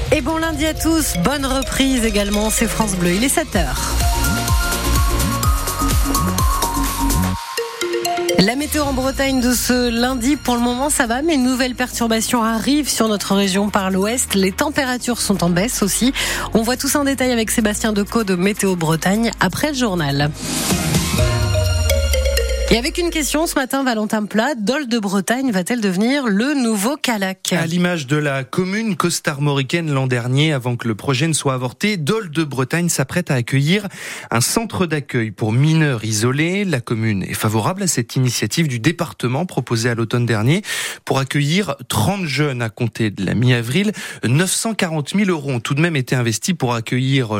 Et bon lundi à tous, bonne reprise également, c'est France Bleu, il est 7h. La météo en Bretagne de ce lundi, pour le moment ça va, mais une nouvelle perturbation arrive sur notre région par l'ouest. Les températures sont en baisse aussi. On voit tout ça en détail avec Sébastien Decaux de Météo Bretagne après le journal. Et avec une question ce matin, Valentin Plat, Dole de Bretagne va-t-elle devenir le nouveau Callac ? À l'image de la commune costarmoricaine l'an dernier, avant que le projet ne soit avorté, Dole de Bretagne s'apprête à accueillir un centre d'accueil pour mineurs isolés. La commune est favorable à cette initiative du département proposée à l'automne dernier pour accueillir 30 jeunes à compter de la mi-avril. 940 000 € ont tout de même été investis pour acquérir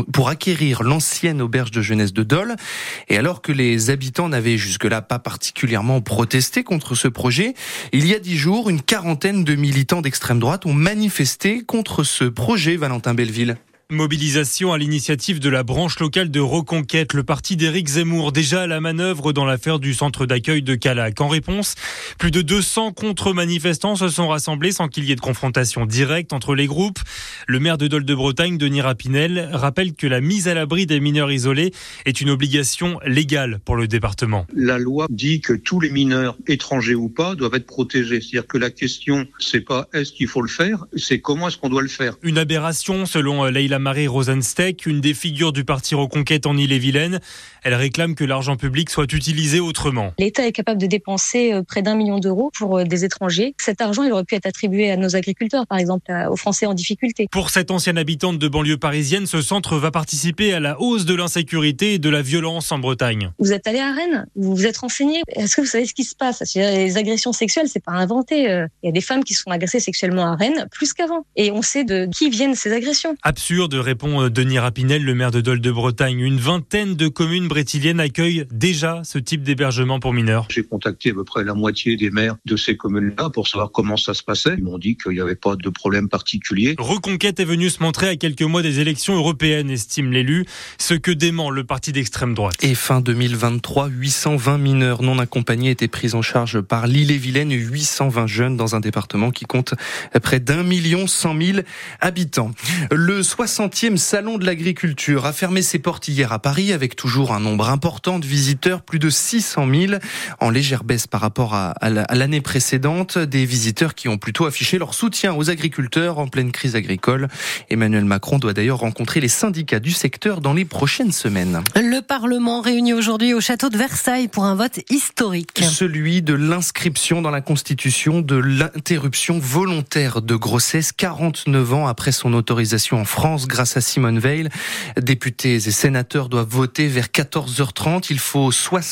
l'ancienne auberge de jeunesse de Dole. Et alors que les habitants n'avaient jusque-là pas particulièrement protesté contre ce projet, il y a 10 jours, une quarantaine de militants d'extrême droite ont manifesté contre ce projet, Valentin Belleville. Mobilisation à l'initiative de la branche locale de Reconquête, le parti d'Éric Zemmour, déjà à la manœuvre dans l'affaire du centre d'accueil de Callac. En réponse, plus de 200 contre-manifestants se sont rassemblés sans qu'il y ait de confrontation directe entre les groupes. Le maire de Dole de Bretagne, Denis Rapinel, rappelle que la mise à l'abri des mineurs isolés est une obligation légale pour le département. La loi dit que tous les mineurs, étrangers ou pas, doivent être protégés. C'est-à-dire que la question, c'est pas est-ce qu'il faut le faire, c'est comment est-ce qu'on doit le faire. Une aberration, selon Leïla Marie Rosensteck, une des figures du parti Reconquête en Ille-et-Vilaine. Elle réclame que l'argent public soit utilisé autrement. L'État est capable de dépenser près d'1 million d'euros pour des étrangers. Cet argent, il aurait pu être attribué à nos agriculteurs, par exemple, aux Français en difficulté. Pour cette ancienne habitante de banlieue parisienne, ce centre va participer à la hausse de l'insécurité et de la violence en Bretagne. Vous êtes allé à Rennes, vous vous êtes renseigné. Est-ce que vous savez ce qui se passe ? Les agressions sexuelles, c'est pas inventé. Il y a des femmes qui sont agressées sexuellement à Rennes plus qu'avant. Et on sait de qui viennent ces agressions. Absurde, répond Denis Rapinel, le maire de Dole de Bretagne. Une vingtaine de communes brétiliennes accueillent déjà ce type d'hébergement pour mineurs. J'ai contacté à peu près la moitié des maires de ces communes-là pour savoir comment ça se passait. Ils m'ont dit qu'il n'y avait pas de problème particulier. Reconquête est venue se montrer à quelques mois des élections européennes, estime l'élu, ce que dément le parti d'extrême droite. Et fin 2023, 820 mineurs non accompagnés étaient pris en charge par l'Ille-et-Vilaine, 820 jeunes dans un département qui compte près d'1 100 000 habitants. Le 60e Salon de l'agriculture a fermé ses portes hier à Paris avec toujours un nombre important de visiteurs, plus de 600 000, en légère baisse par rapport à l'année précédente. Des visiteurs qui ont plutôt affiché leur soutien aux agriculteurs en pleine crise agricole. Emmanuel Macron doit d'ailleurs rencontrer les syndicats du secteur dans les prochaines semaines. Le Parlement réuni aujourd'hui au château de Versailles pour un vote historique. Celui de l'inscription dans la Constitution de l'interruption volontaire de grossesse 49 ans après son autorisation en France grâce à Simone Veil. Députés et sénateurs doivent voter vers 14h30. Il faut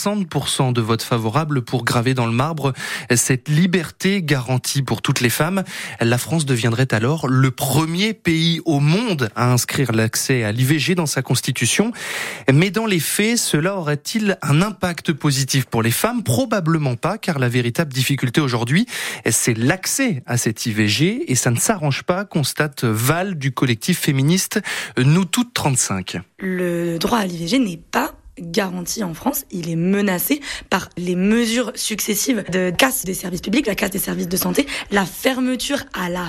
60% de votes favorables pour graver dans le marbre cette liberté garantie pour toutes les femmes. La France deviendrait alors le premier pays au monde à inscrire l'accès à l'IVG dans sa constitution. Mais dans les faits, cela aurait-il un impact positif pour les femmes ? Probablement pas, car la véritable difficulté aujourd'hui, c'est l'accès à cette IVG et ça ne s'arrange pas, constate Val du collectif féministe Nous Toutes 35. Le droit à l'IVG n'est pas garanti en France, il est menacé par les mesures successives de casse des services publics, la casse des services de santé, la fermeture à la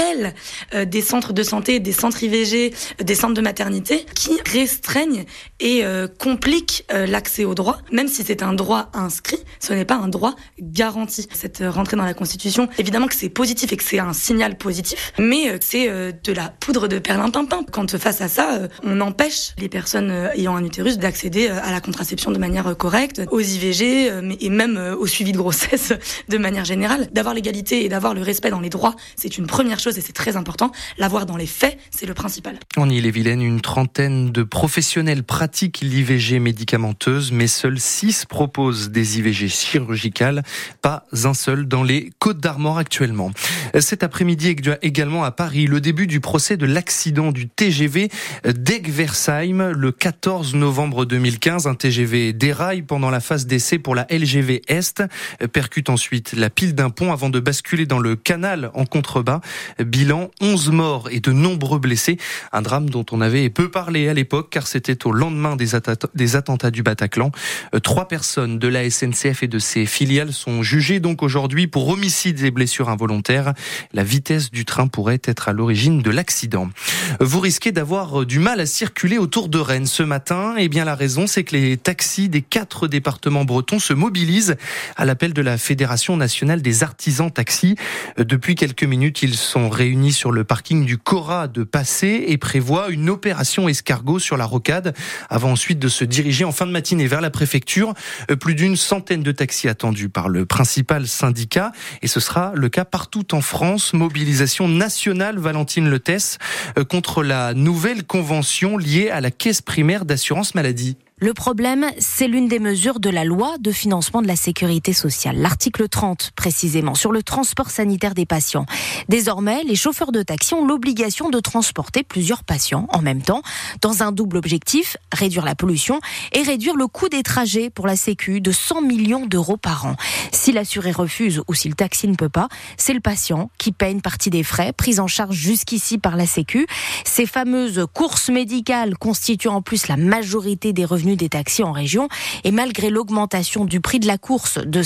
des centres de santé, des centres IVG, des centres de maternité qui restreignent et compliquent l'accès au droit. Même si c'est un droit inscrit, ce n'est pas un droit garanti. Cette rentrée dans la Constitution, évidemment que c'est positif et que c'est un signal positif, mais c'est de la poudre de perlimpinpin. Quand face à ça, on empêche les personnes ayant un utérus d'accéder à la contraception de manière correcte, aux IVG et même au suivi de grossesse de manière générale. D'avoir l'égalité et d'avoir le respect dans les droits, c'est une première chose et c'est très important. L'avoir dans les faits, c'est le principal. En Ille-et-Vilaine, une trentaine de professionnels pratiquent l'IVG médicamenteuse, mais seuls 6 proposent des IVG chirurgicales, pas un seul dans les Côtes-d'Armor actuellement. Cet après-midi également à Paris, le début du procès de l'accident du TGV d'Aigues-Versheim le 14 novembre 2015. Un TGV déraille pendant la phase d'essai pour la LGV Est, percute ensuite la pile d'un pont avant de basculer dans le canal en contrebas. Bilan 11 morts et de nombreux blessés. Un drame dont on avait peu parlé à l'époque car c'était au lendemain des attentats du Bataclan. 3 personnes de la SNCF et de ses filiales sont jugées donc aujourd'hui pour homicide et blessures involontaires. La vitesse du train pourrait être à l'origine de l'accident. Vous risquez d'avoir du mal à circuler autour de Rennes ce matin. Eh bien la raison, c'est que les taxis des 4 départements bretons se mobilisent à l'appel de la Fédération nationale des artisans taxis. Depuis quelques minutes, ils sont réunis sur le parking du Cora de Passé et prévoient une opération escargot sur la rocade avant ensuite de se diriger en fin de matinée vers la préfecture. Plus d'une centaine de taxis attendus par le principal syndicat et ce sera le cas partout en France. Mobilisation nationale, Valentine Letès, contre la nouvelle convention liée à la caisse primaire d'assurance maladie. Le problème, c'est l'une des mesures de la loi de financement de la sécurité sociale, l'article 30 précisément, sur le transport sanitaire des patients. Désormais, les chauffeurs de taxi ont l'obligation de transporter plusieurs patients en même temps, dans un double objectif, réduire la pollution et réduire le coût des trajets pour la Sécu de 100 millions d'euros par an. Si l'assuré refuse ou si le taxi ne peut pas, c'est le patient qui paie une partie des frais pris en charge jusqu'ici par la Sécu. Ces fameuses courses médicales constituent en plus la majorité des revenus des taxis en région et malgré l'augmentation du prix de la course de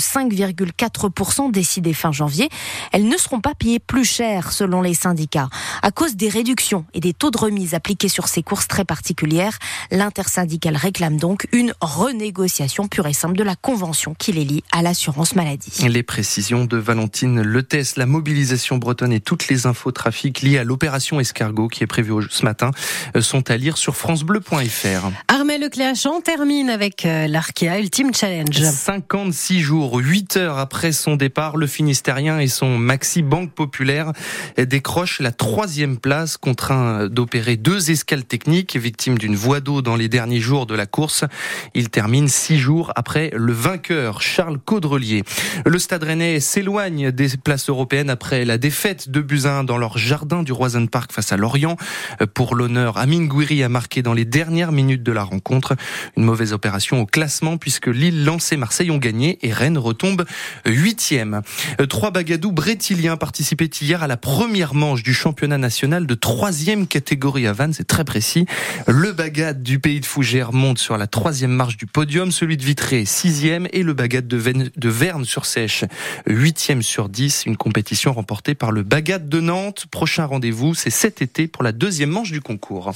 5,4% décidée fin janvier, elles ne seront pas payées plus cher selon les syndicats. À cause des réductions et des taux de remise appliqués sur ces courses très particulières, l'intersyndicale réclame donc une renégociation pure et simple de la convention qui les lie à l'assurance maladie. Les précisions de Valentine Letès, la mobilisation bretonne et toutes les infos trafic liées à l'opération escargot qui est prévue ce matin sont à lire sur francebleu.fr. Armelle Lecléachan termine avec l'Arkea Ultimate Challenge. 56 jours, 8 heures après son départ, le Finistérien et son Maxi Banque Populaire décrochent la 3e place, contraint d'opérer 2 escales techniques, victime d'une voie d'eau dans les derniers jours de la course. Il termine 6 jours après le vainqueur, Charles Caudrelier. Le Stade Rennais s'éloigne des places européennes après la défaite de Buzyn dans leur jardin du Roison Park face à Lorient. Pour l'honneur, Amine Gouiri a marqué dans les dernières minutes de la rencontre. Une mauvaise opération au classement puisque Lille, Lens et Marseille ont gagné et Rennes retombe 8e. 3 bagadous brétiliens participaient hier à la première manche du championnat national de 3e catégorie à Vannes, c'est très précis. Le bagad du pays de Fougères monte sur la 3e marche du podium, celui de Vitré 6e et le bagad de Verne-sur-Sèche 8e sur 10, une compétition remportée par le bagad de Nantes. Prochain rendez-vous, c'est cet été pour la 2e manche du concours.